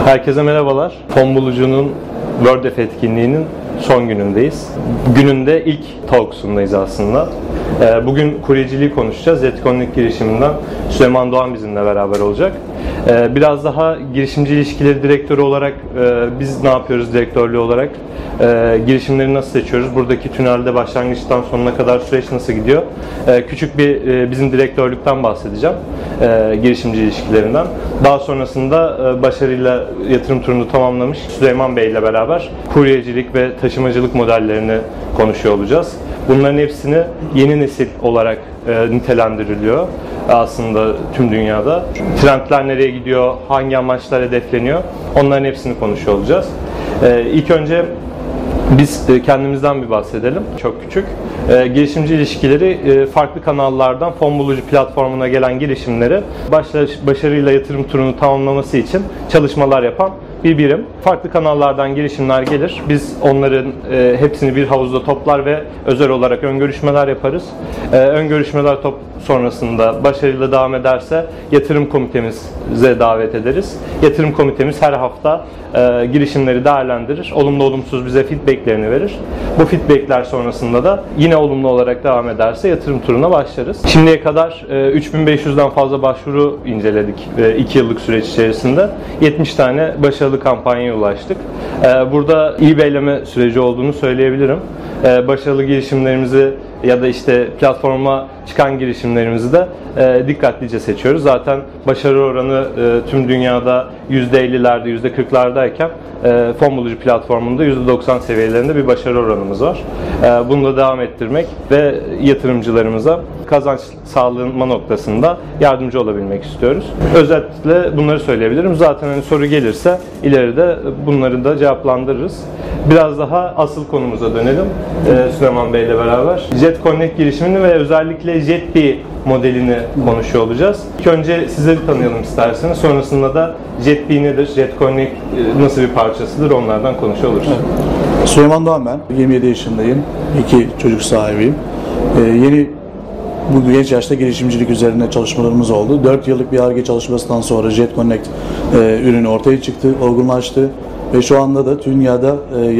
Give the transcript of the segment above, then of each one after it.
Herkese merhabalar. Fon Bulucu'nun WordF etkinliğinin son günündeyiz. Gününde ilk talks'undayız aslında. Bugün kuryeciliği konuşacağız. Jetconnect girişiminden Süleyman Doğan bizimle beraber olacak. Biraz daha girişimci ilişkileri direktörü olarak biz ne yapıyoruz direktörlüğü olarak? Girişimleri nasıl seçiyoruz? Buradaki tünelde başlangıçtan sonuna kadar süreç nasıl gidiyor? Küçük bir bizim direktörlükten bahsedeceğim. Girişimci ilişkilerinden. Daha sonrasında başarıyla yatırım turunu tamamlamış Süleyman Bey ile beraber kuryecilik ve taşımacılık modellerini konuşuyor olacağız. Bunların hepsini yeni nesil olarak nitelendiriliyor aslında tüm dünyada. Trendler nereye gidiyor, hangi amaçlar hedefleniyor, onların hepsini konuşuyor olacağız. İlk önce biz kendimizden bir bahsedelim, çok küçük. Girişimci ilişkileri farklı kanallardan Fon Bulucu platformuna gelen girişimleri başarıyla yatırım turunu tamamlaması için çalışmalar yapan bir birim. Farklı kanallardan girişimler gelir. Biz onların hepsini bir havuzda toplar ve özel olarak ön görüşmeler yaparız. Ön görüşmeler sonrasında başarıyla devam ederse yatırım komitemize davet ederiz. Yatırım komitemiz her hafta girişimleri değerlendirir. Olumlu olumsuz bize feedbacklerini verir. Bu feedbackler sonrasında da yine olumlu olarak devam ederse yatırım turuna başlarız. Şimdiye kadar 3500'den fazla başvuru inceledik 2 yıllık süreç içerisinde. 70 tane başarılı kampanyaya ulaştık. Burada iyi beyleme süreci olduğunu söyleyebilirim. Başarılı girişimlerimizi ya da işte platforma çıkan girişimlerimizi de dikkatlice seçiyoruz. Zaten başarı oranı tüm dünyada %50'lerde, %40'lardayken Fon Bulucu platformunda %90 seviyelerinde bir başarı oranımız var. Bunu da devam ettirmek ve yatırımcılarımıza kazanç sağlanma noktasında yardımcı olabilmek istiyoruz. Özetle bunları söyleyebilirim. Zaten hani soru gelirse ileride bunları da cevaplandırırız. Biraz daha asıl konumuza dönelim Süleyman Bey ile beraber. Jetconnect girişimini ve özellikle JetBee modelini konuşuyor olacağız. İlk önce size bir tanıyalım isterseniz. Sonrasında da JetBee nedir, Jetconnect nasıl bir parçasıdır onlardan konuşuyor oluruz. Evet. Süleyman Doğan ben. 27 yaşındayım. 2 çocuk sahibiyim. Bu genç yaşta girişimcilik üzerine çalışmalarımız oldu. 4 yıllık bir Ar-Ge çalışmasından sonra Jetconnect ürünü ortaya çıktı, olgunlaştı. Ve şu anda da dünyada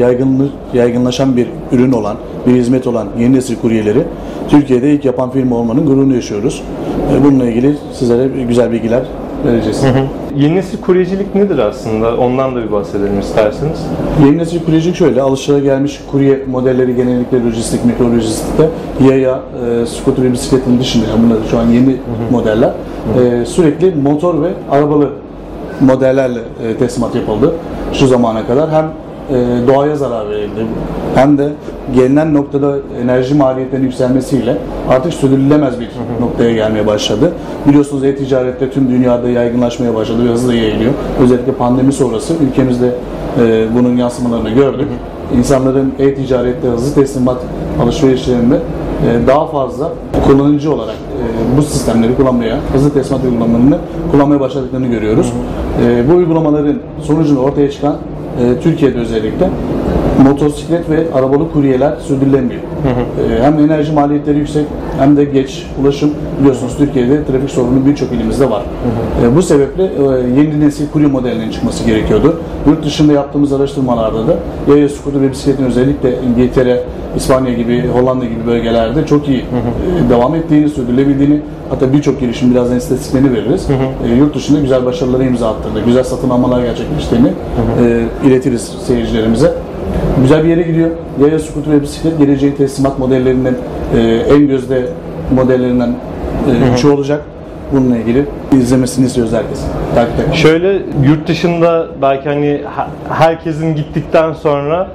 yaygınlaşan bir ürün olan, bir hizmet olan yeni nesil kuryeleri Türkiye'de ilk yapan firma olmanın gururunu yaşıyoruz. Bununla ilgili sizlere güzel bilgiler vereceğiz. Yeni nesil kuryecilik nedir aslında? Ondan da bir bahsedelim isterseniz. Yeni nesil kuryecilik şöyle, alışılagelmiş kurye modelleri genellikle lojistik, mikrolojistikte yaya, scooter ve bisikletin dışında, yani bunlar şu an yeni modeller, sürekli motor ve arabalı modellerle teslimat yapıldı şu zamana kadar. Hem doğaya zarar verildi hem de gelinen noktada enerji maliyetlerinin yükselmesiyle artık sürdürülemez bir noktaya gelmeye başladı. Biliyorsunuz e-ticarette tüm dünyada yaygınlaşmaya başladı ve hızla yayılıyor. Özellikle pandemi sonrası ülkemizde bunun yansımalarını gördük. İnsanların e-ticarette hızlı teslimat alışverişlerinde daha fazla kullanıcı olarak bu sistemleri kullanmaya, hızlı teslimat uygulamalarını kullanmaya başladıklarını görüyoruz. Bu uygulamaların sonucunda ortaya çıkan Türkiye'de özellikle motosiklet ve arabalı kuryeler sürdürülemiyor. Hem enerji maliyetleri yüksek hem de geç ulaşım. Biliyorsunuz Türkiye'de trafik sorunu birçok ilimizde var. Bu sebeple yeni nesil kurye modelinin çıkması gerekiyordu. Yurt dışında yaptığımız araştırmalarda da yaya, scooter ve bisikletin özellikle İngiltere, İspanya gibi, Hollanda gibi bölgelerde çok iyi devam ettiğini, sürdürülebildiğini, hatta birçok girişim, birazdan istatistiklerini veririz. Yurt dışında güzel başarılara imza attığını, güzel satın almalar gerçekleştiğini iletiriz seyircilerimize. Güzel bir yere gidiyor. Yaya, scooter ve bisiklet geleceğin teslimat modellerinden en gözde modellerinden üçü olacak. Bununla ilgili izlemesini istiyoruz herkes. Şöyle yurt dışında belki hani herkesin gittikten sonra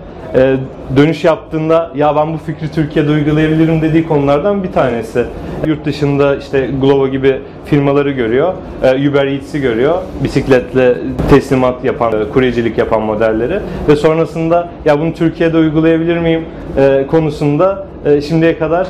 dönüş yaptığında ya ben bu fikri Türkiye'de uygulayabilirim dediği konulardan bir tanesi. Yurt dışında işte Glovo gibi firmaları görüyor, Uber Eats'i görüyor, bisikletle teslimat yapan, kuryecilik yapan modelleri ve sonrasında ya bunu Türkiye'de uygulayabilir miyim konusunda şimdiye kadar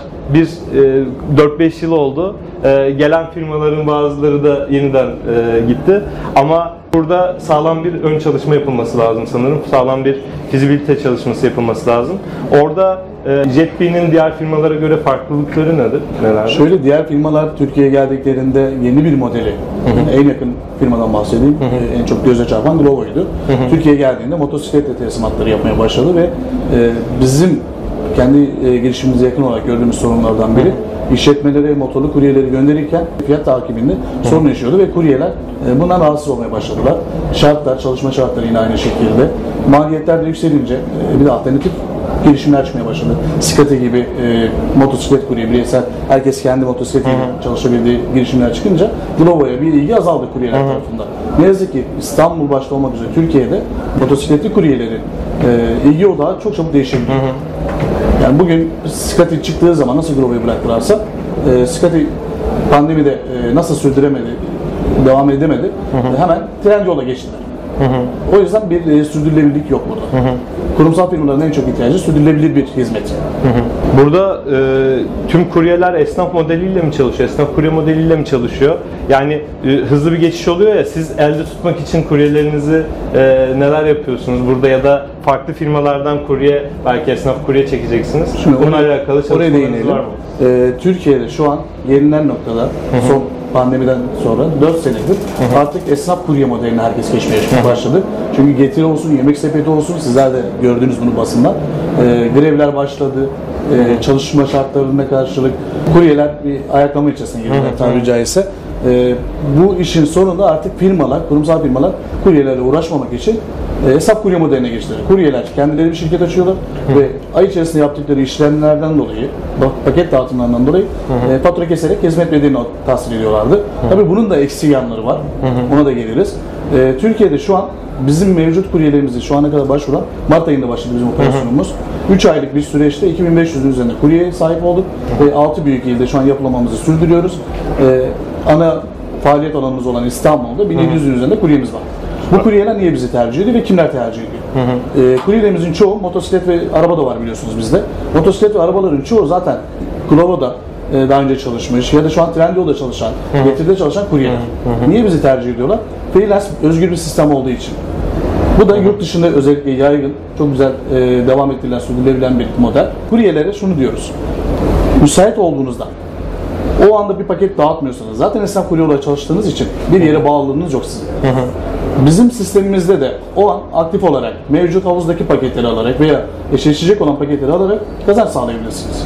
4-5 yıl oldu. Gelen firmaların bazıları da yeniden gitti. Ama burada sağlam bir ön çalışma yapılması lazım sanırım. Sağlam bir fizibilite çalışması yapılması lazım. Orada JetBee'nin diğer firmalara göre farklılıkları neler? Şöyle, diğer firmalar Türkiye'ye geldiklerinde yeni bir modeli, en yakın firmadan bahsedeyim, en çok göze çarpan Glovo'ydu. Türkiye'ye geldiğinde motosikletle teslimatları yapmaya başladı ve bizim kendi girişimimize yakın olarak gördüğümüz sorunlardan biri, işletmelere motorlu kuryeleri gönderirken fiyat takibinde sorun yaşıyordu ve kuryeler bundan rahatsız olmaya başladılar. Şartlar, çalışma şartları yine aynı şekilde. Maliyetler de yükselince bir de alternatif girişimler çıkmaya başladı. Skati gibi motosiklet kurye, bireysel, herkes kendi motosikletiyle çalışabildiği girişimler çıkınca Glovo'ya bir ilgi azaldı kuryeler tarafından. Ne yazık ki İstanbul başta olmak üzere Türkiye'de motosikletli kuryelerin ilgi odağı çok çabuk değişebiliyor. Yani bugün Skati çıktığı zaman nasıl Glovo'yu bıraktılarsa, Skati pandemide nasıl sürdüremedi, devam edemedi, hemen Trendyol'a geçtiler. O yüzden bir sürdürülebilirlik yok burada. Kurumsal firmaların en çok ihtiyacı sürdürülebilir bir hizmet. Burada tüm kuryeler esnaf modeliyle mi çalışıyor? Esnaf kurye modeliyle mi çalışıyor? Yani hızlı bir geçiş oluyor ya, siz elde tutmak için kuryelerinizi neler yapıyorsunuz burada, ya da farklı firmalardan kurye, belki esnaf kurye çekeceksiniz. Şimdi bununla alakalı çalışmalarınız var mı? Türkiye'de şu an gelinen noktada son pandemiden sonra 4 senedir artık esnaf kurye modeline herkes geçmeye başladı. Çünkü Getiri olsun, Yemek Sepeti olsun, sizler de gördünüz bunu basından. Grevler başladı. Çalışma şartlarına karşılık kuryeler bir ayaklama içerisine giriyorlar tabiri caizse. Bu işin sonunda artık firmalar, kurumsal firmalar kuryelerle uğraşmamak için hesap kurye modeline geçtiler. Kuryeler kendileri bir şirket açıyorlar ve ay içerisinde yaptıkları işlemlerden dolayı, paket dağıtımlarından dolayı fatura keserek hizmet bedelini tahsil ediyorlardı. Tabii bunun da eksi yanları var. Ona da geliriz. Türkiye'de şu an bizim mevcut kuryelerimizi şu ana kadar başvuran, Mart ayında başladı bizim operasyonumuz. 3 aylık bir süreçte 2500'ün üzerinde kuryeye sahip olduk ve 6 büyük ilde şu an yapılamamızı sürdürüyoruz. Ana faaliyet alanımız olan İstanbul'da 1700'ün üzerinde kuryemiz var. Bu kuryeler niye bizi tercih ediyor ve kimler tercih ediyor? Kuryelerimizin çoğu motosiklet ve araba da var biliyorsunuz bizde. Motosiklet ve arabaların çoğu zaten Glovo'da daha önce çalışmış ya da şu an Trendyol'da çalışan, Getiri'de çalışan kuryeler. Niye bizi tercih ediyorlar? Freelance özgür bir sistem olduğu için. Bu da yurt dışında özellikle yaygın, çok güzel devam ettirilen, sürdürülebilen bir model. Kuryelere şunu diyoruz: müsait olduğunuzda, o anda bir paket dağıtmıyorsanız, zaten esnaf kurye olarak çalıştığınız için bir yere bağlılığınız yok sizin. Bizim sistemimizde de o an aktif olarak mevcut havuzdaki paketleri alarak veya eşleşecek olan paketleri alarak kazanç sağlayabilirsiniz.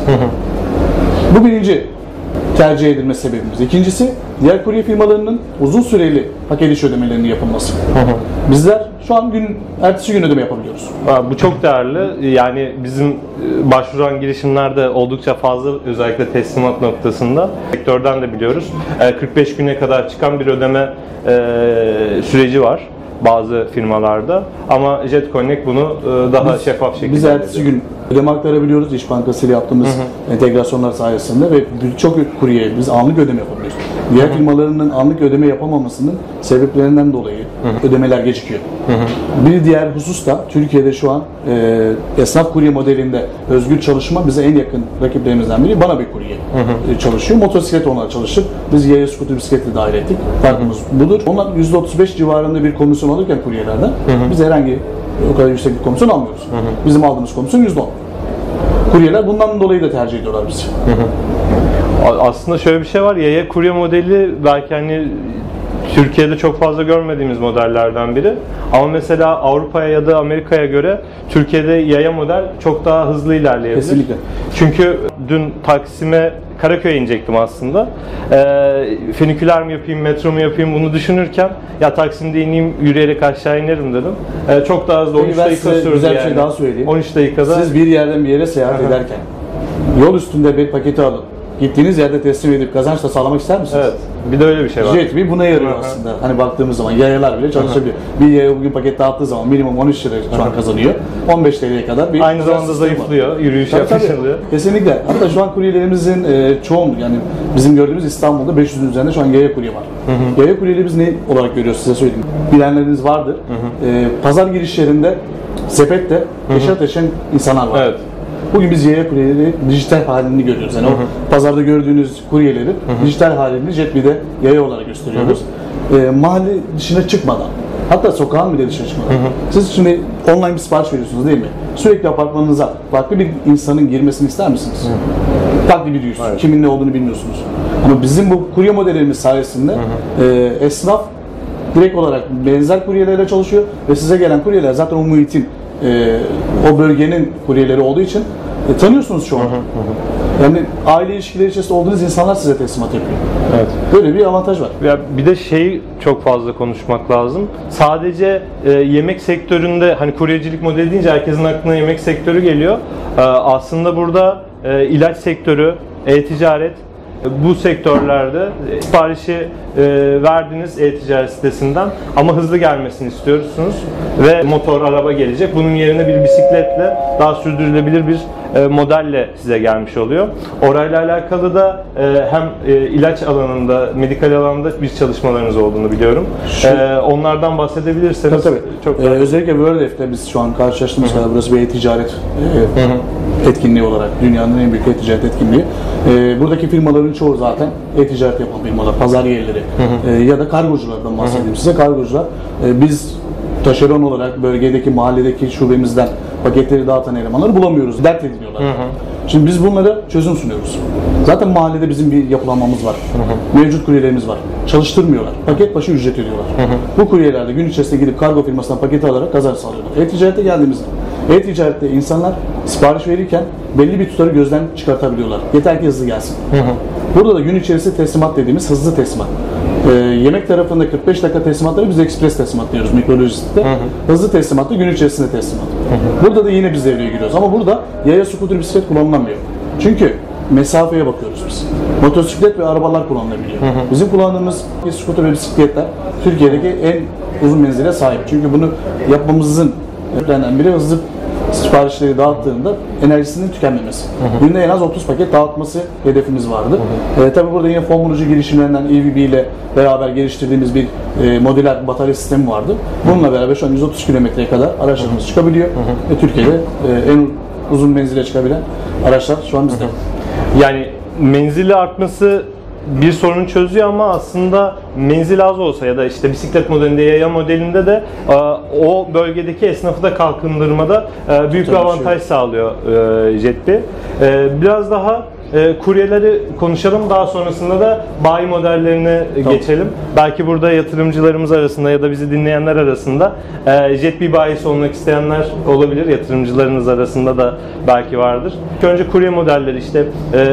Bu birinci tercih edilme sebebimiz. İkincisi, diğer kurye firmalarının uzun süreli paket iş ödemelerinin yapılması. Bizler şu an ertesi gün ödeme yapabiliyoruz. Bu çok değerli. Yani bizim başvuran girişimlerde oldukça fazla, özellikle teslimat noktasında. Sektörden de biliyoruz. 45 güne kadar çıkan bir ödeme süreci var bazı firmalarda. Ama JetConnect bunu daha şeffaf şekilde biz ertesi gün ödeme aktarabiliyoruz İş Bankası ile yaptığımız entegrasyonlar sayesinde ve birçok kuryeye biz anlık ödeme yapabiliyoruz. Diğer firmalarının anlık ödeme yapamamasının sebeplerinden dolayı ödemeler gecikiyor. Bir diğer husus da Türkiye'de şu an esnaf kurye modelinde özgür çalışma bize en yakın rakiplerimizden biri Bana bir kurye çalışıyor. Motosiklet onlar çalışır. Biz yaya, skuter, bisikleti dahil ettik. Farkımız budur. Onlar %35 civarında bir komisyon alırken kuryelerden biz herhangi o kadar yüksek bir komisyon almıyoruz. Bizim aldığımız komisyon %10. Kuryeler bundan dolayı da tercih ediyorlar bizi. Aslında şöyle bir şey var, yaya kurye modeli belki hani Türkiye'de çok fazla görmediğimiz modellerden biri. Ama mesela Avrupa'ya ya da Amerika'ya göre Türkiye'de yaya model çok daha hızlı ilerleyebilir. Kesinlikle. Çünkü dün Taksim'e, Karaköy'e inecektim aslında. Feniküler mi yapayım, metro mu yapayım bunu düşünürken ya Taksim'de ineyim, yürüyerek aşağı inerim dedim. Çok daha hızlı, 13 dakika sürdü güzel bir yani. şey daha söyleyeyim. 13 dakikada. Siz bir yerden bir yere seyahat ederken yol üstünde bir paketi alıp gittiğiniz yerde teslim edip kazanç da sağlamak ister misiniz? Evet. Bir de öyle bir şey var. JetBee buna yarıyor aslında. Hani baktığımız zaman yayalar bile çalışabiliyor. Bir yaya bugün paket dağıttığı zaman minimum 13 lira şu an kazanıyor. 15 TL'ye kadar bir aynı zamanda zayıflıyor, yürüyüş yapışılıyor. Kesinlikle. Hatta şu an kuryelerimizin çoğunluğu, yani bizim gördüğümüz İstanbul'da 500'ün üzerinde şu an yaya kurye var. Yaya kuryeleri biz ne olarak görüyoruz size söyleyeyim. Bilenleriniz vardır. Pazar girişlerinde sepette eşya taşıyan insanlar var. Evet. Bugün biz yaya kuryeleri dijital halini görüyoruz. Yani o pazarda gördüğünüz kuryeleri dijital halini Jetbee'de yaya olarak gösteriyoruz. Mahalle dışına çıkmadan, hatta sokağın bile dışına çıkmadan. Siz şimdi online bir sipariş veriyorsunuz değil mi? Sürekli apartmanınıza farklı bir insanın girmesini ister misiniz? Farklı bir yüz. Evet. Kimin ne olduğunu bilmiyorsunuz. Ama bizim bu kurye modellerimiz sayesinde esnaf direkt olarak benzer kuryelerle çalışıyor ve size gelen kuryeler zaten o muhitin, o bölgenin kuryeleri olduğu için tanıyorsunuz şu an. Yani aile ilişkileri içerisinde olduğunuz insanlar size teslimat yapıyor. Evet. Böyle bir avantaj var. Ya bir de çok fazla konuşmak lazım. Sadece yemek sektöründe, hani kuryecilik modeli deyince herkesin aklına yemek sektörü geliyor. Aslında burada ilaç sektörü, e-ticaret, bu sektörlerde siparişi verdiniz e-ticaret sitesinden ama hızlı gelmesini istiyorsunuz ve motor araba gelecek. Bunun yerine bir bisikletle daha sürdürülebilir bir modelle size gelmiş oluyor. Orayla alakalı da hem ilaç alanında, medikal alanında bir çalışmalarınız olduğunu biliyorum. Onlardan bahsedebilirseniz Tabii. çok Özellikle World biz şu an karşılaştığımız kadar burası bir e-ticaret etkinliği olarak dünyanın en büyük e-ticaret etkinliği. Buradaki firmaların çoğu zaten e-ticaret yapan firmalar, pazar yerleri ya da kargoculardan bahsedeyim size. Kargocular biz taşeron olarak bölgedeki, mahalledeki şubemizden paketleri dağıtan elemanları bulamıyoruz. Dert ediliyorlar. Şimdi biz bunlara çözüm sunuyoruz. Zaten mahallede bizim bir yapılanmamız var. Mevcut kuryelerimiz var. Çalıştırmıyorlar. Paket başı ücret ödüyorlar. Bu kuryeler de gün içerisinde gidip kargo firmasından paketi alarak kazanç sağlıyorlar. E-ticarete geldiğimizde, e-ticarette insanlar sipariş verirken belli bir tutarı gözden çıkartabiliyorlar. Yeter ki hızlı gelsin. Burada da gün içerisinde teslimat dediğimiz hızlı teslimat. Yemek tarafında 45 dakika teslimatları biz ekspres teslimat diyoruz mikrolojistikte. Hızlı teslimatı gün içerisinde teslimat. Burada da yine biz devreye giriyoruz ama burada yaya, scooter, bisiklet kullanılamıyor. Çünkü mesafeye bakıyoruz biz. Motosiklet ve arabalar kullanılabiliyor. Bizim kullandığımız scooter ve bisikletler Türkiye'deki en uzun menzile sahip. Çünkü bunu yapmamızın nedenlerinden biri hızlı siparişleri dağıttığında enerjisinin tükenmemesi. Günde en az 30 paket dağıtması hedefimiz vardı. Tabii burada yine fonlucu girişimlerinden EVB ile beraber geliştirdiğimiz bir modüler batarya sistemi vardı. Bununla beraber şu an 130 kilometreye kadar araçlarımız çıkabiliyor. Ve Türkiye'de en uzun menzile çıkabilen araçlar şu an bizde. Yani menzili artması bir sorunu çözüyor ama aslında menzil az olsa ya da işte bisiklet modelinde, yaya modelinde de o bölgedeki esnafı da kalkındırmada büyük bir avantaj sağlıyor Jetbee. Biraz daha kuryeleri konuşalım, daha sonrasında da bayi modellerine geçelim. Belki burada yatırımcılarımız arasında ya da bizi dinleyenler arasında Jetbee bayisi olmak isteyenler olabilir. Yatırımcılarınız arasında da belki vardır. Önce kurye modelleri, işte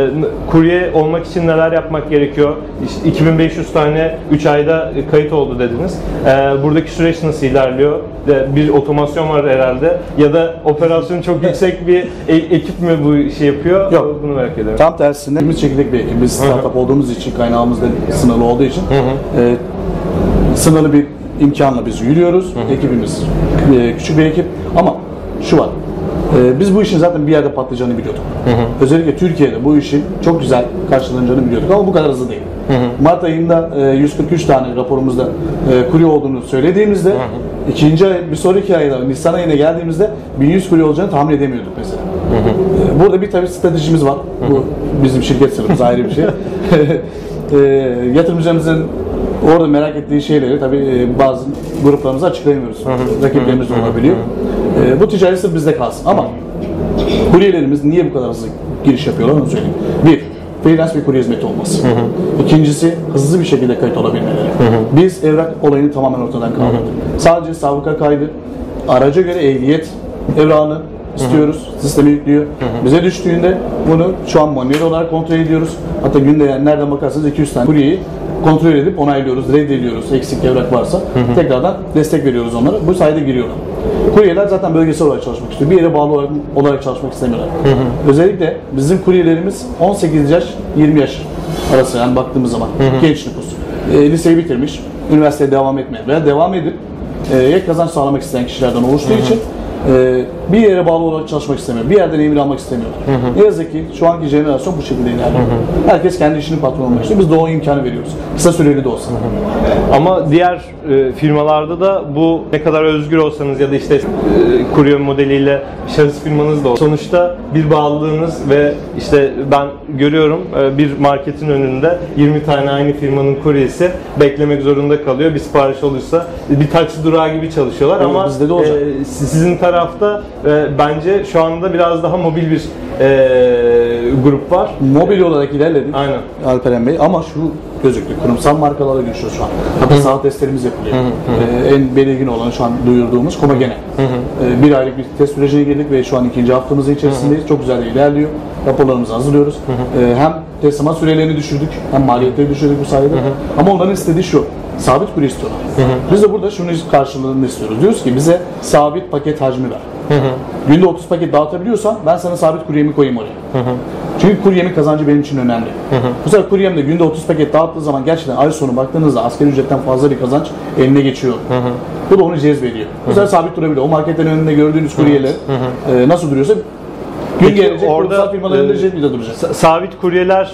kurye olmak için neler yapmak gerekiyor? İşte 2500 tane 3 ayda kayıt oldu dediniz. Buradaki süreç nasıl ilerliyor? Bir otomasyon var herhalde ya da operasyon çok yüksek bir ekip mi bu işi yapıyor? Yok. Bunu merak ediyorum. Tam tersine biz çekirdek bir ekip. Biz startup olduğumuz için, kaynağımız da sınırlı olduğu için sınırlı bir imkanla biz yürüyoruz. Ekibimiz küçük bir ekip ama şu var. Biz bu işin zaten bir yerde patlayacağını biliyorduk. Özellikle Türkiye'de bu işin çok güzel karşılanacağını biliyorduk ama bu kadar hızlı değil. Mart ayında 143 tane raporumuzda kurye olduğunu söylediğimizde bir sonraki ayda Nisan ayına geldiğimizde 1100 kurye olacağını tahmin edemiyorduk mesela. Burada bir tabii stratejimiz var. Bu bizim şirket sırrımız, ayrı bir şey. Yatırımcılarımızın orada merak ettiği şeyleri tabii bazı gruplarımıza açıklayamıyoruz. Rakiplerimiz de olabiliyor. Bu ticari sır bizde kalsın ama kuryelerimiz niye bu kadar hızlı giriş yapıyorlar onu söyleyeyim. Bir, freelance bir kurye hizmeti olması. İkincisi, hızlı bir şekilde kayıt olabilmeleri. Biz evrak olayını tamamen ortadan kaldırdık. Sadece sabıka kaydı, araca göre ehliyet evrağını istiyoruz, sisteme yüklüyor. Bize düştüğünde bunu şu an manuel olarak kontrol ediyoruz. Hatta günde yani nereden bakarsanız 200 tane kuryeyi kontrol edip onaylıyoruz, reddediyoruz eksik evrak varsa. Tekrardan destek veriyoruz onlara. Bu sayede giriyorlar. Kuryeler zaten bölgesel olarak çalışmak istiyor. Bir yere bağlı olarak çalışmak istemiyorlar. Özellikle bizim kuryelerimiz 18 yaş 20 yaş arası yani baktığımız zaman genç nüfus. Liseyi bitirmiş, üniversiteye devam etmeye veya devam edip ek kazanç sağlamak isteyen kişilerden oluştuğu için Bir yere bağlı olarak çalışmak istemiyor. Bir yerden emir almak istemiyorlar. Ne yazık ki şu anki jenerasyon bu şekilde ilerliyor. Herkes kendi işinin patronu olmak istiyor. Biz de o imkanı veriyoruz. Kısa süreli de olsa. Ama diğer firmalarda da bu ne kadar özgür olsanız ya da işte kurye modeliyle şahıs firmanız da olsa sonuçta bir bağlılığınız ve işte ben görüyorum bir marketin önünde 20 tane aynı firmanın kuryesi beklemek zorunda kalıyor. Bir sipariş olursa bir taksi durağı gibi çalışıyorlar Evet, ama bizde de olacak. sizin tarafta bence şu anda biraz daha mobil bir grup var. Mobil olarak ilerledik. Aynen. Alperen Bey ama şu gözüktü. Kurumsal markalara görüşüyoruz şu an. Hatta saat testlerimiz yapılıyor. En belirgin olan şu an duyurduğumuz Komagene. Bir aylık bir test sürecine girdik ve şu an 2. haftamızın içerisindeyiz. Çok güzel de ilerliyor. Raporlarımızı hazırlıyoruz. Hem teslimat sürelerini düşürdük, hem maliyetleri düşürdük bu sayede. Ama onların istediği şu. Sabit kurye istiyorlar. Biz de burada şunu karşılığında istiyoruz. Diyoruz ki bize sabit paket hacmi ver. Günde 30 paket dağıtabiliyorsan ben sana sabit kuryemi koyayım oraya. Çünkü kuryemin kazancı benim için önemli. Bu sefer kuryem de günde 30 paket dağıttığı zaman gerçekten ay sonu baktığınızda asgari ücretten fazla bir kazanç eline geçiyor. Bu da onu cezbediyor. Bu sefer sabit durabiliyor. O marketlerin önünde gördüğünüz kuryeler nasıl duruyorsa gün gelecek kurumsal firmaların önünde cezbede duracak. Sabit kuryeler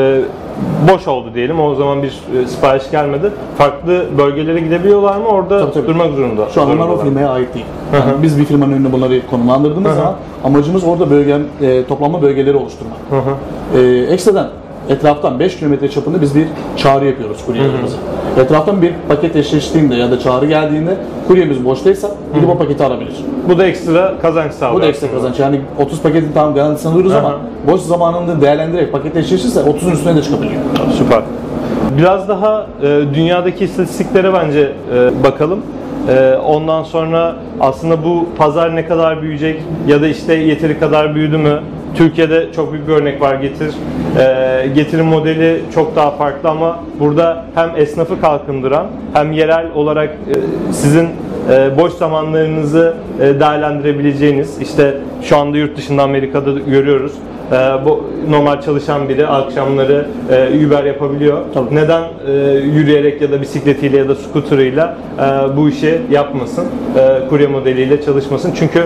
boş oldu diyelim. O zaman bir sipariş gelmedi. Farklı bölgelere gidebiliyorlar mı? Orada Tabii. durmak zorunda. Şu an onlar o firmaya ait değil. Yani biz bir firmanın önüne bunları konumlandırdığımız zaman amacımız orada toplanma bölgeleri oluşturmak. Ekstradan etraftan 5 kilometre çapında biz bir çağrı yapıyoruz kuryelerimize. Etraftan bir paket eşleştiğinde ya da çağrı geldiğinde kuryemiz boştaysa gidip o paketi alabilir. Bu da ekstra kazanç sağlıyor. Bu da ekstra kazanç. Yani 30 paketin tam garantisini alıyoruz ama boş zamanında değerlendirerek paket eşleşirse 30'un üstüne de çıkabiliyor. Süper. Biraz daha dünyadaki istatistiklere bence bakalım. Ondan sonra aslında bu pazar ne kadar büyüyecek ya da işte yeteri kadar büyüdü mü? Türkiye'de çok büyük bir örnek var Getir. Getir'in modeli çok daha farklı ama burada hem esnafı kalkındıran hem yerel olarak sizin boş zamanlarınızı değerlendirebileceğiniz, işte şu anda yurt dışında Amerika'da görüyoruz. Bu normal çalışan biri akşamları Uber yapabiliyor. Tabii. Neden yürüyerek ya da bisikletiyle ya da scooter'ıyla bu işi yapmasın? Kurye modeliyle çalışmasın. Çünkü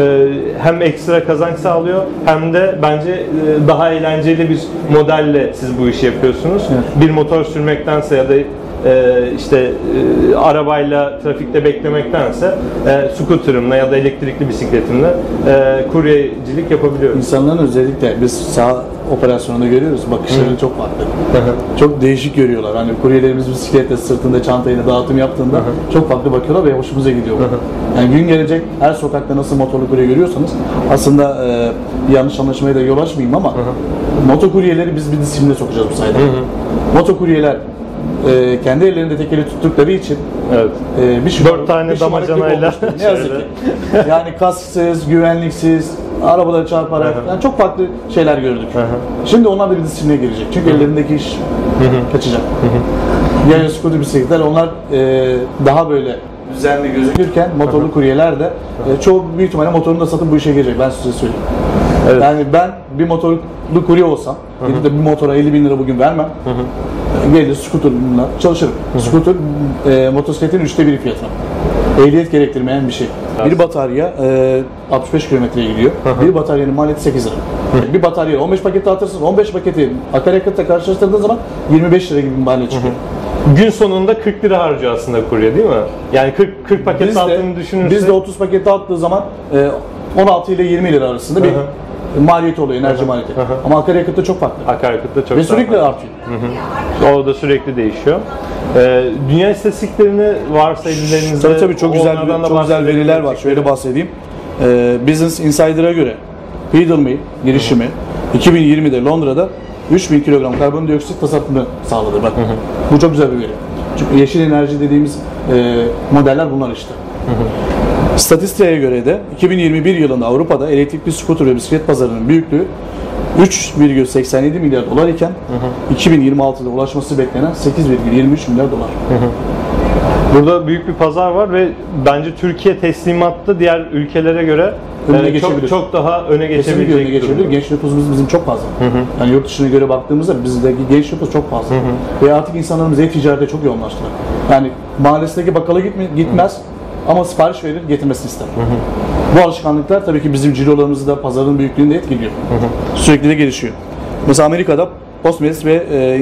hem ekstra kazanç sağlıyor hem de bence daha eğlenceli bir modelle siz bu işi yapıyorsunuz. Evet. Bir motor sürmektense ya da arabayla trafikte beklemektense scooter'ımla ya da elektrikli bisikletimle kuryecilik yapabiliyorum. İnsanların özellikle biz sağ operasyonunda görüyoruz bakışları çok farklı. Çok değişik görüyorlar. Hani kuryelerimiz bisikletle sırtında çantayla dağıtım yaptığında çok farklı bakıyorlar ve hoşumuza gidiyor. Yani gün gelecek her sokakta nasıl motorlu kurye görüyorsanız aslında yanlış anlaşmaya da yol açmayayım ama motokuryeleri biz bir disipline sokacağız bu sayede. Motokuryeler kendi ellerinde tekeli tuttukları için bir 4 tane damacanayla ne yazık ki. Yani kasksız, güvenliksiz, arabaları çarparak yani çok farklı şeyler gördük. Şimdi onlar da bir disipline girecek. Çünkü ellerindeki iş kaçacak. Yani scooter bisikletler onlar daha böyle düzenli gözükürken motorlu kuryeler de çoğu büyük ihtimalle motorunu da satıp bu işe girecek. Ben size söyleyeyim. Evet. Yani ben bir motorlu kurye olsam, gidip de bir motora 50.000 lira bugün vermem. Gelir scooter'la çalışırım. Scooter motosikletin 1/3 fiyatına. Ehliyet gerektirmeyen bir şey. Bir batarya 65 kilometreye gidiyor. Bir bataryanın maliyeti 8 lira. Bir batarya 15 paket dağıtırsın. 15 paketi akaryakıtla karşılaştırdığın zaman 25 lira gibi bir maliyet çıkıyor. Gün sonunda 40 lira harcıyor aslında kurye değil mi? Yani 40 paket dağıttığını düşünürsek. Biz de 30 paket dağıttığı zaman 16 ile 20 lira arasında bir maliyeti oluyor, enerji maliyeti. Ama akaryakıtta çok farklı. Akaryakıtta çok ve sürekli farklı. artıyor. O da sürekli değişiyor. Dünya istatistiklerini varsa ellerinizde Tabii çok güzel veriler var. Şöyle bahsedeyim. Business Insider'a göre Pedelme girişimi 2020'de Londra'da 3000 kilogram karbondioksit tasarrufunu sağladı. Bak. Bu çok güzel bir veri. Çünkü yeşil enerji dediğimiz modeller bunlar işte. Statistika'ya göre de 2021 yılında Avrupa'da elektrikli scooter ve bisiklet pazarının büyüklüğü 3,87 milyar dolar iken 2026'da ulaşması beklenen 8,23 milyar dolar. Burada büyük bir pazar var ve bence Türkiye teslimatta diğer ülkelere göre çok daha öne geçebilecek durumda. Genç nüfusumuz bizim çok fazla. Yani yurt dışına göre baktığımızda bizdeki genç nüfus çok fazla. Ve artık insanlarımız ev ticarete çok yoğunlaştılar. Yani mahallesindeki bakkala gitmez. ama sipariş verir, getirmesini ister. Bu alışkanlıklar tabii ki bizim cirolarımızı da, pazarın büyüklüğünü de etkiliyor. Sürekli de gelişiyor. Mesela Amerika'da Postmates ve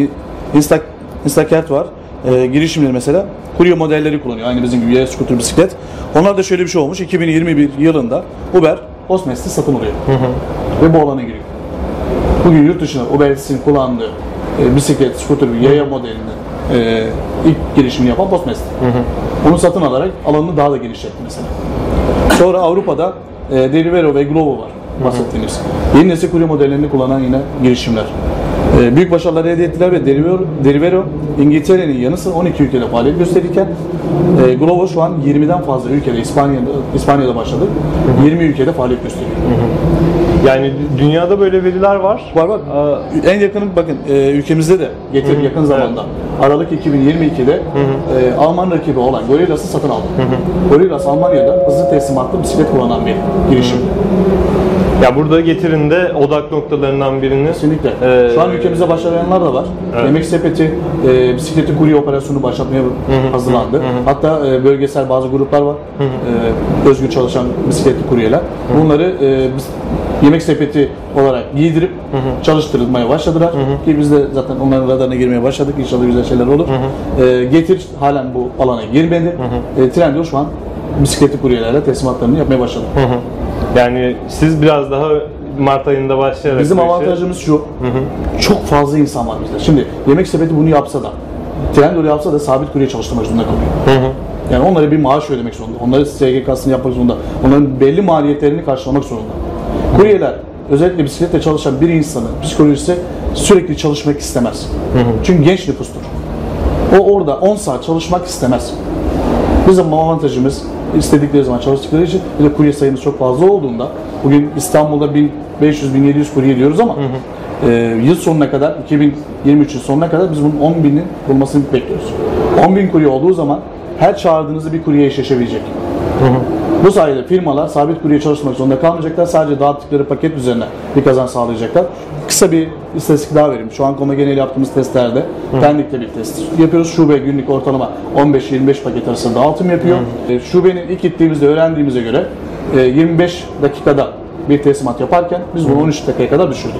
Instacart var. Girişimleri mesela kurye modelleri kullanıyor. Aynı bizim gibi yaya scooter, bisiklet. Onlar da şöyle bir şey olmuş. 2021 yılında Uber Postmates'i satın alıyor. Ve bu alana giriyor. Bugün yurt dışında Uber'in kullandığı bisiklet, scooter, yaya modelinin ilk girişimini yapan Postmates. Onu satın alarak alanını daha da genişletti mesela. Sonra Avrupa'da Deliveroo ve Glovo var bahsettiğimiz. Yeni nesil kurye modellerini kullanan yine girişimler. Büyük başarılar elde ettiler ve Deliveroo İngiltere'nin yanı sıra 12 ülkede faaliyet gösterirken Glovo şu an 20'den fazla ülkede, İspanya'da başladı. 20 ülkede faaliyet gösteriyor. Yani dünyada böyle veriler var. Var. En yakını bakın ülkemizde de Getir yakın zamanda Aralık 2022'de Alman rakibi olan Gorillas'ı satın aldı. Gorillas Almanya'da hızlı teslimatlı bisiklet kullanan bir girişim. Ya burada Getir'in de odak noktalarından birini. Kesinlikle. Şu an ülkemizde başlayanlar da var. Evet. Yemek Sepeti bisikleti kurye operasyonu başlatmaya hazırlandı. Hatta bölgesel bazı gruplar var. Özgür çalışan bisikletli kuryeler. Bunları Yemek Sepeti olarak giydirip çalıştırılmaya başladılar. Ki biz de zaten onların radarına girmeye başladık. İnşallah güzel şeyler olur. Getir halen bu alana girmedi. Trendyol şu an bisikletli kuryelerle teslimatlarını yapmaya başladı. Yani siz biraz daha Mart ayında başlayarak... Bizim avantajımız şu, çok fazla insan var bizde. Şimdi Yemek Sepeti bunu yapsa da, Trendyol yapsa da sabit kurye çalıştırmak zorunda kalıyor. Yani onlara bir maaş ödemek zorunda, onları SGK'sını yapmak zorunda, onların belli maliyetlerini karşılamak zorunda. Kuryeler, özellikle bisikletle çalışan bir insanın psikolojisi sürekli çalışmak istemez. Çünkü genç nüfustur. O orada 10 saat çalışmak istemez. Bizim avantajımız, istedikleri zaman çalıştıkları için, bir de kurye sayımız çok fazla olduğunda, bugün İstanbul'da 1500-1700 kurye diyoruz ama yıl sonuna kadar, 2023'ün sonuna kadar biz bunun 10.000'in bulmasını bekliyoruz. 10.000 kurye olduğu zaman her çağırdığınızda bir kurye eşleşebilecek. Bu sayede firmalar sabit kurye çalışmak zorunda kalmayacaklar, sadece dağıttıkları paket üzerine bir kazanç sağlayacaklar. Kısa bir istatistik daha vereyim. Şu an Komagen'le yaptığımız testlerde Pendik'te bir test yapıyoruz. Şube günlük ortalama 15-25 paket arasında dağıtım yapıyor. Şubenin ilk gittiğimizde öğrendiğimize göre 25 dakikada bir teslimat yaparken biz bunu 13 dakikaya kadar düşürdük.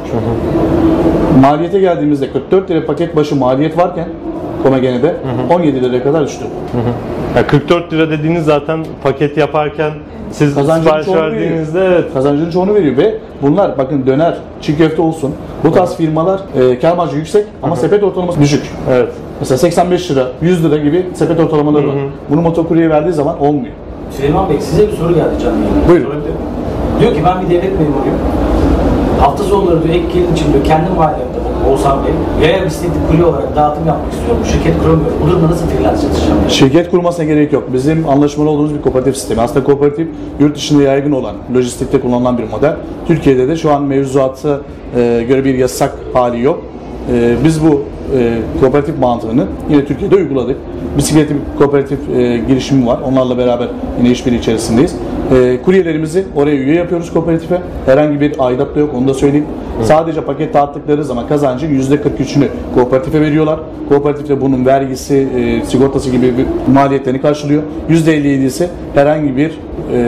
Maliyete geldiğimizde 44 lira paket başı maliyet varken Komagen'de 17 liraya kadar düştü. Ya 44 lira dediğiniz zaten paket yaparken siz sipariş verdiğinizde evet. Kazancının çoğunu veriyor ve bunlar bakın döner, çiğ köfte olsun. Bu tarz firmalar kâr marjı yüksek ama sepet ortalaması düşük. Evet. Mesela 85 lira, 100 lira gibi sepet ortalamaları var. Bunu motokuryeye verdiği zaman olmuyor. Süleyman Bey size bir soru geldi canım. Buyurun. Diyor ki ben bir devlet memuruyum. Hafta sonları diyor ek gelir için diyor kendi mahallemde Oğuzhan Bey yaya bisikleti kurye olarak dağıtım yapmak istiyorum. Bu şirket kuramıyorum. Bu durumda nasıl freelance çalışacağım? Şirket kurmasına gerek yok. Bizim anlaşmalı olduğumuz bir kooperatif sistemi. Aslında kooperatif yurt dışında yaygın olan, lojistikte kullanılan bir model. Türkiye'de de şu an mevzuata göre bir yasak hali yok. Biz bu kooperatif mantığını yine Türkiye'de uyguladık. Bisikletli bir kooperatif girişimi var. Onlarla beraber yine işbirliği içerisindeyiz. Kuryelerimizi oraya üye yapıyoruz kooperatife. Herhangi bir aidat da yok, onu da söyleyeyim. Sadece paket dağıttıkları zaman kazancın %43'ünü kooperatife veriyorlar. Kooperatif de bunun vergisi, sigortası gibi maliyetlerini karşılıyor. %57'si herhangi bir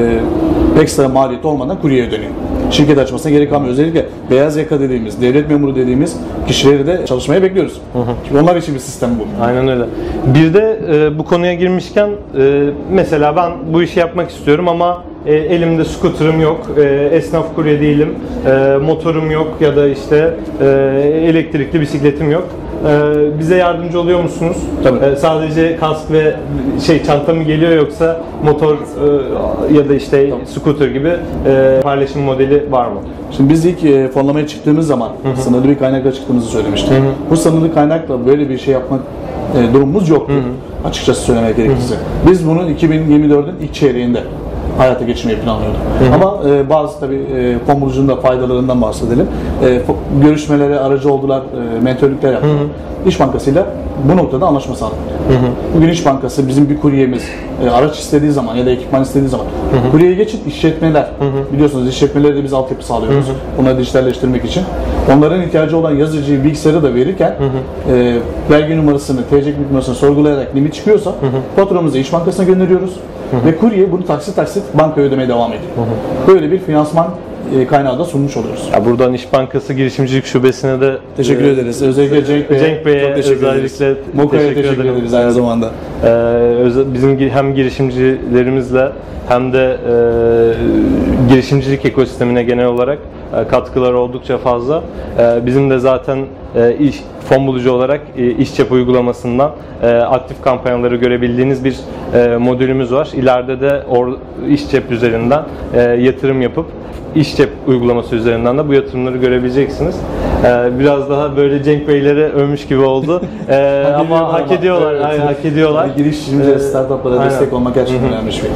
ekstra maliyet olmadan kuryeye ödeniyor. Şirket açmasına gerek kalmıyor. Özellikle beyaz yaka dediğimiz, devlet memuru dediğimiz kişileri de çalışmaya bekliyoruz. Çünkü onlar için bir sistem bu. Aynen öyle. Bir de bu konuya girmişken mesela ben bu işi yapmak istiyorum ama elimde scooter'ım yok, esnaf kurye değilim, motorum yok ya da işte elektrikli bisikletim yok. Bize yardımcı oluyor musunuz? Tabii. Sadece kask ve çanta mı geliyor yoksa motor ya da işte scooter gibi paylaşım modeli var mı? Şimdi biz ilk fonlamaya çıktığımız zaman sınırlı bir kaynakla çıktığımızı söylemiştik. Bu sınırlı kaynakla böyle bir şey yapmak durumumuz yoktu. Açıkçası söylemek gerekirse. Biz bunu 2024'ün ilk çeyreğinde hayata geçirmeyi planlıyorduk. Ama bazı tabii fon bulucunun da faydalarından bahsedelim. Görüşmelere aracı oldular, mentörlükler yaptılar. İş Bankası'yla bu noktada anlaşma sağladık. Bugün İş Bankası bizim bir kuryemiz araç istediği zaman ya da ekipman istediği zaman kuryeye geçip işletmeler, biliyorsunuz işletmelere de biz altyapı sağlıyoruz. Bunları dijitalleştirmek için. Onların ihtiyacı olan yazıcıyı, bilgisayarı da verirken vergi numarasını, TC kimlik numarasını sorgulayarak limit çıkıyorsa faturamızı İş Bankası'na gönderiyoruz. Ve kurye bunu taksit taksit bankaya ödemeye devam ediyor. Böyle bir finansman kaynağı da sunmuş oluyoruz. Ya buradan İş Bankası Girişimcilik Şubesi'ne de Teşekkür ederiz. Özellikle Cenk Bey'e çok teşekkür ederiz. özellikle Moka'ya teşekkür ederiz aynı zamanda. Bizim hem girişimcilerimizle hem de girişimcilik ekosistemine genel olarak katkıları oldukça fazla. Bizim de zaten fon bulucu olarak İşcep uygulamasından aktif kampanyaları görebildiğiniz bir modülümüz var. İleride de İşcep üzerinden yatırım yapıp İşcep uygulaması üzerinden de bu yatırımları görebileceksiniz. Biraz daha böyle Cenk Bey'lere övmüş gibi oldu. Ama hak ediyorlar. Evet. Yani hak ediyorlar. Yani girişimci startuplara destek olmak gerçekten önemli bir şey.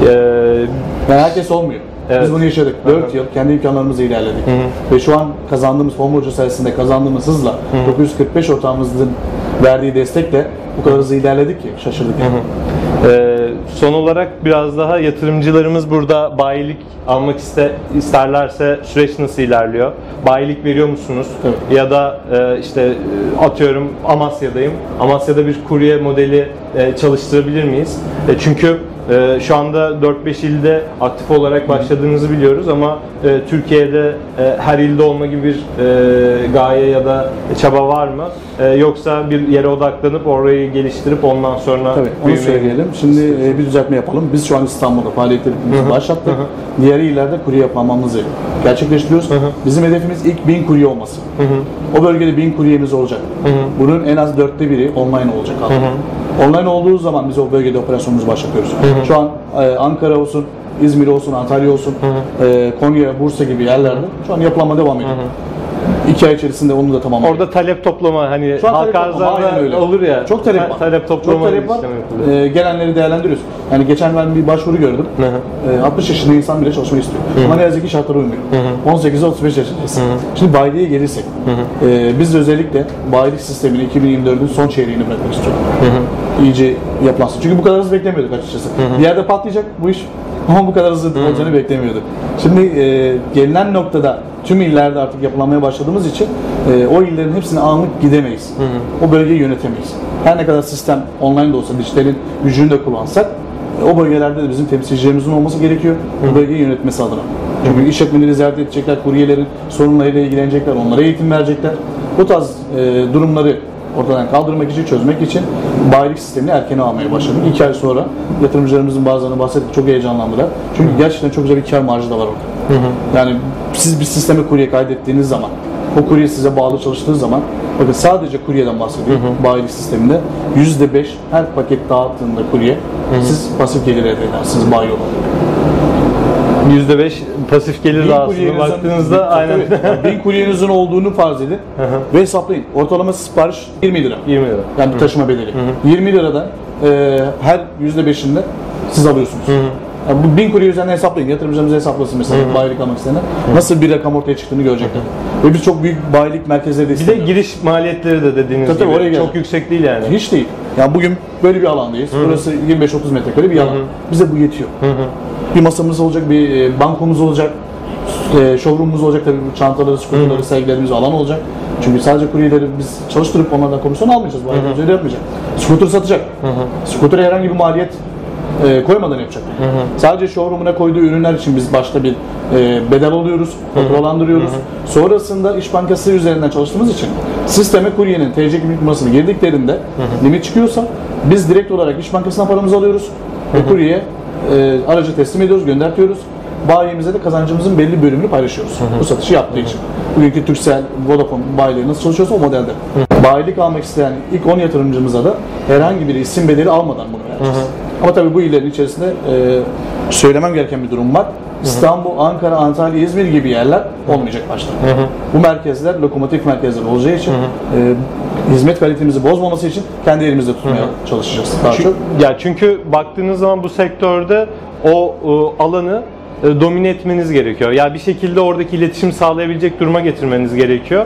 Yani herkes olmuyor. Evet. Biz bunu yaşadık. 4 yıl kendi imkanlarımızla ilerledik. Ve şu an kazandığımız fon borcu sayesinde kazandığımız hızla 945 ortağımızın verdiği destekle bu kadar hızlı ilerledik ki şaşırdık yani. Son olarak biraz daha yatırımcılarımız burada bayilik almak isterlerse süreç nasıl ilerliyor? Bayilik veriyor musunuz? Evet. Ya da işte atıyorum Amasya'dayım. Amasya'da bir kurye modeli çalıştırabilir miyiz? Çünkü şu anda 4-5 ilde aktif olarak başladığınızı biliyoruz ama Türkiye'de her ilde olma gibi bir gaye ya da çaba var mı? Yoksa bir yere odaklanıp orayı geliştirip ondan sonra Tabii onu söyleyelim. Şimdi bir düzeltme yapalım. Biz şu an İstanbul'da faaliyetlerimizi başlattık. Diğer illerde kurye yapmamızı gerçekleştiriyoruz. Bizim hedefimiz ilk 1000 kurye olması. O bölgede 1000 kuryemiz olacak. Bunun en az 1/4'ü online olacak abi. Online olduğu zaman biz o bölgede operasyonumuzu başlatıyoruz. Şu an Ankara olsun, İzmir olsun, Antalya olsun, Konya, Bursa gibi yerlerde şu an yapılanma devam ediyor. 2 ay içerisinde onu da tamamlayacağız. Orada talep toplama hani Şu an halka talep toplama, aynen öyle. arzlarda olur ya. Çok talep var. Talep toplama Çok talep var. işlemi yapılıyor. Gelenleri değerlendiriyoruz. Yani geçen ben bir başvuru gördüm. 60 yaşında insan bile çalışmayı istiyor. Ama ne yazık ki şartlara uymuyor. 18'e 35 yaşındayız. Şimdi bayiliğe gelirsek, biz de özellikle bayilik sistemini 2024'ün son çeyreğini bırakmak istiyorum. İyice yapılansın. Çünkü bu kadar hızlı beklemiyorduk açıkçası. Bir yerde patlayacak bu iş. Ama bu kadar hızlı olacağını beklemiyorduk. Şimdi gelinen noktada tüm illerde artık yapılanmaya başladığımız için o illerin hepsine anlık gidemeyiz. O bölgeyi yönetemeyiz. Her ne kadar sistem online de olsa, dijitalin gücünü de kullansak o bölgelerde de bizim temsilcilerimizin olması gerekiyor. Bu bölgeyi yönetmesi adına. Çünkü işletmeleri ziyaret edecekler, kuryelerin sorunlarıyla ilgilenecekler, onlara eğitim verecekler. Bu tarz durumları ortadan kaldırmak için, çözmek için bayilik sistemini erken almaya başladık. 2 ay sonra yatırımcılarımızın bazılarını bahsettik, çok heyecanlandılar. Çünkü gerçekten çok güzel bir kar marjı da var orada. Yani siz bir sisteme kurye kaydettiğiniz zaman, o kurye size bağlı çalıştığı zaman, bakın sadece kuryeden bahsediyor bayilik sisteminde. %5 her paket dağıttığında kurye, siz pasif gelir elde edersiniz bayi olarak. %5 pasif gelir aslında baktığınızda aynen. 1000 kuryenizin olduğunu farz edin ve hesaplayın. Ortalama sipariş 20 lira. 20 lira. Yani bir taşıma bedeli. 20 liradan her %5'inde siz alıyorsunuz. Yani bu 1000 kurye üzerinden hesaplayın. Yatırımcılarımız hesaplasın mesela bayilik almak isteyenler. Nasıl bir rakam ortaya çıktığını görecekler. Ve biz çok büyük bayilik merkezleri de Bir de istemiyoruz. giriş maliyetleri de dediğiniz Tabii, gibi oraya çok yüksek değil yani. Hiç değil. Yani bugün böyle bir alandayız. Burası 25-30 metrekare bir alan. Bize bu yetiyor. Bir masamız olacak, bir bankomuz olacak, showroom'umuz olacak tabii bu çantaları, skuterları, sergilerimiz alan olacak. Çünkü sadece kuryeleri biz çalıştırıp onlardan komisyon almayacağız. Bu ayrıca öyle yapmayacak. Scooter satacak. Scooter'a herhangi bir maliyet koymadan yapacak. Sadece showroom'una koyduğu ürünler için biz başta bir bedel alıyoruz, faturalandırıyoruz. Sonrasında İş Bankası üzerinden çalıştığımız için sisteme kuryenin TC kimlik numarasını girdiklerinde limit çıkıyorsa biz direkt olarak İş Bankası'na paramızı alıyoruz ve kuryeye aracı teslim ediyoruz, göndertiyoruz. Bayimize de kazancımızın belli bölümünü paylaşıyoruz. Bu satışı yaptığı için. Bugünkü Turkcell, Vodafone bayileri nasıl çalışıyorsa o modelde. Bayilik almak isteyen ilk 10 yatırımcımıza da herhangi bir isim bedeli almadan bunu vereceğiz. Ama tabii bu illerin içerisinde söylemem gereken bir durum var. İstanbul, Ankara, Antalya, İzmir gibi yerler olmayacak başta. Bu merkezler lokomotif merkezler olacağı için hizmet kalitemizi bozmaması için kendi elimizde tutmaya çalışacağız daha çok. Ya çünkü baktığınız zaman bu sektörde o alanı domine etmeniz gerekiyor. Yani bir şekilde oradaki iletişim sağlayabilecek duruma getirmeniz gerekiyor.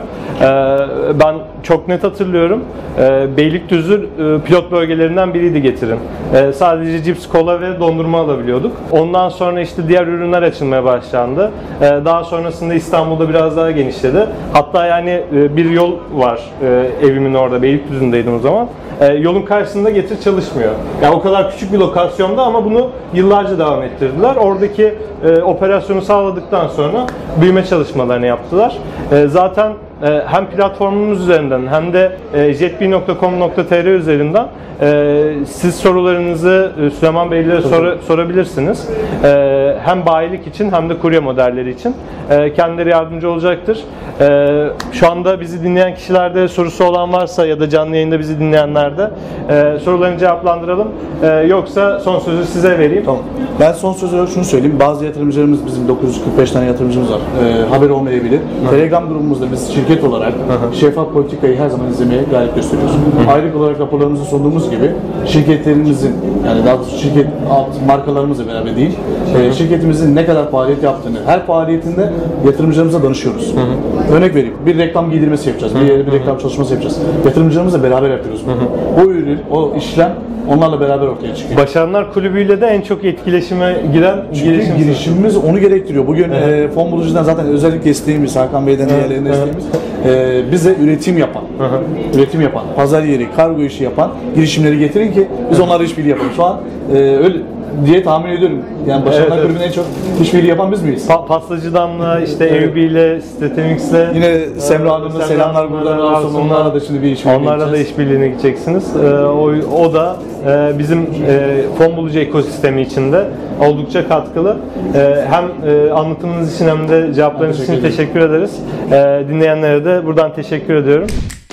Ben çok net hatırlıyorum. Beylikdüzü pilot bölgelerinden biriydi Getir'in. Sadece cips, kola ve dondurma alabiliyorduk. Ondan sonra işte diğer ürünler açılmaya başlandı. Daha sonrasında İstanbul'da biraz daha genişledi. Hatta yani bir yol var evimin orada, Beylikdüzü'ndeydim o zaman. Yolun karşısında Getir çalışmıyor. Yani o kadar küçük bir lokasyonda ama bunu yıllarca devam ettirdiler. Oradaki operasyonu sağladıktan sonra büyüme çalışmalarını yaptılar. Zaten hem platformumuz üzerinden hem de jetb.com.tr üzerinden siz sorularınızı Süleyman Beylere sorabilirsiniz. Hem bayilik için hem de kurye modelleri için kendileri yardımcı olacaktır. Şu anda bizi dinleyen kişilerde sorusu olan varsa ya da canlı yayında bizi dinleyenlerde sorularını cevaplandıralım. Yoksa son sözü size vereyim. Tamam. Ben son söz olarak şunu söyleyeyim. Bazı yatırımcılarımız, bizim 945 tane yatırımcımız var. Haber olmayabilir. Telegram grubumuzda biz şirket olarak şeffaf politikayı her zaman izlemeye gayret gösteriyoruz. Aylık olarak raporlarımızı sunduğumuz gibi şirketlerimizin, yani daha doğrusu şirket alt markalarımızla beraber değil, şirketimizin ne kadar faaliyet yaptığını, her faaliyetinde yatırımcılarımıza danışıyoruz. Örnek vereyim. Bir reklam giydirmesi yapacağız. Bir yere bir reklam çalışması yapacağız. Yatırımcılarımızla beraber yapıyoruz bunu. O ürün, o işlem onlarla beraber ortaya çıkıyor. Başaranlar Kulübü'yle de en çok etkileşime giren girişimimiz onu gerektiriyor. Bugün fon bulucudan zaten özellikle isteğimiz, Hakan Bey'den diğerlerine isteğimiz, bize üretim yapan, pazar yeri, kargo işi yapan girişimleri getirin ki biz onlarla işbirliği yapalım. Şu an öyle diye tahmin ediyorum. Yani Başaranlar Kulübü'nün en çok işbirliği yapan biz miyiz? Pastacı Damla, işte EUB'yle, Stetemix'le. Yine Semra Hanım'a selamlar buradan olsun. Onlarla da şimdi bir işbirliği Onlarla da işbirliğine gideceksiniz. O da bizim fon bulucu ekosistemi içinde oldukça katkılı. Hem anlatımınız için hem de cevaplarınız için teşekkür ederiz. Dinleyenlere de buradan teşekkür ediyorum.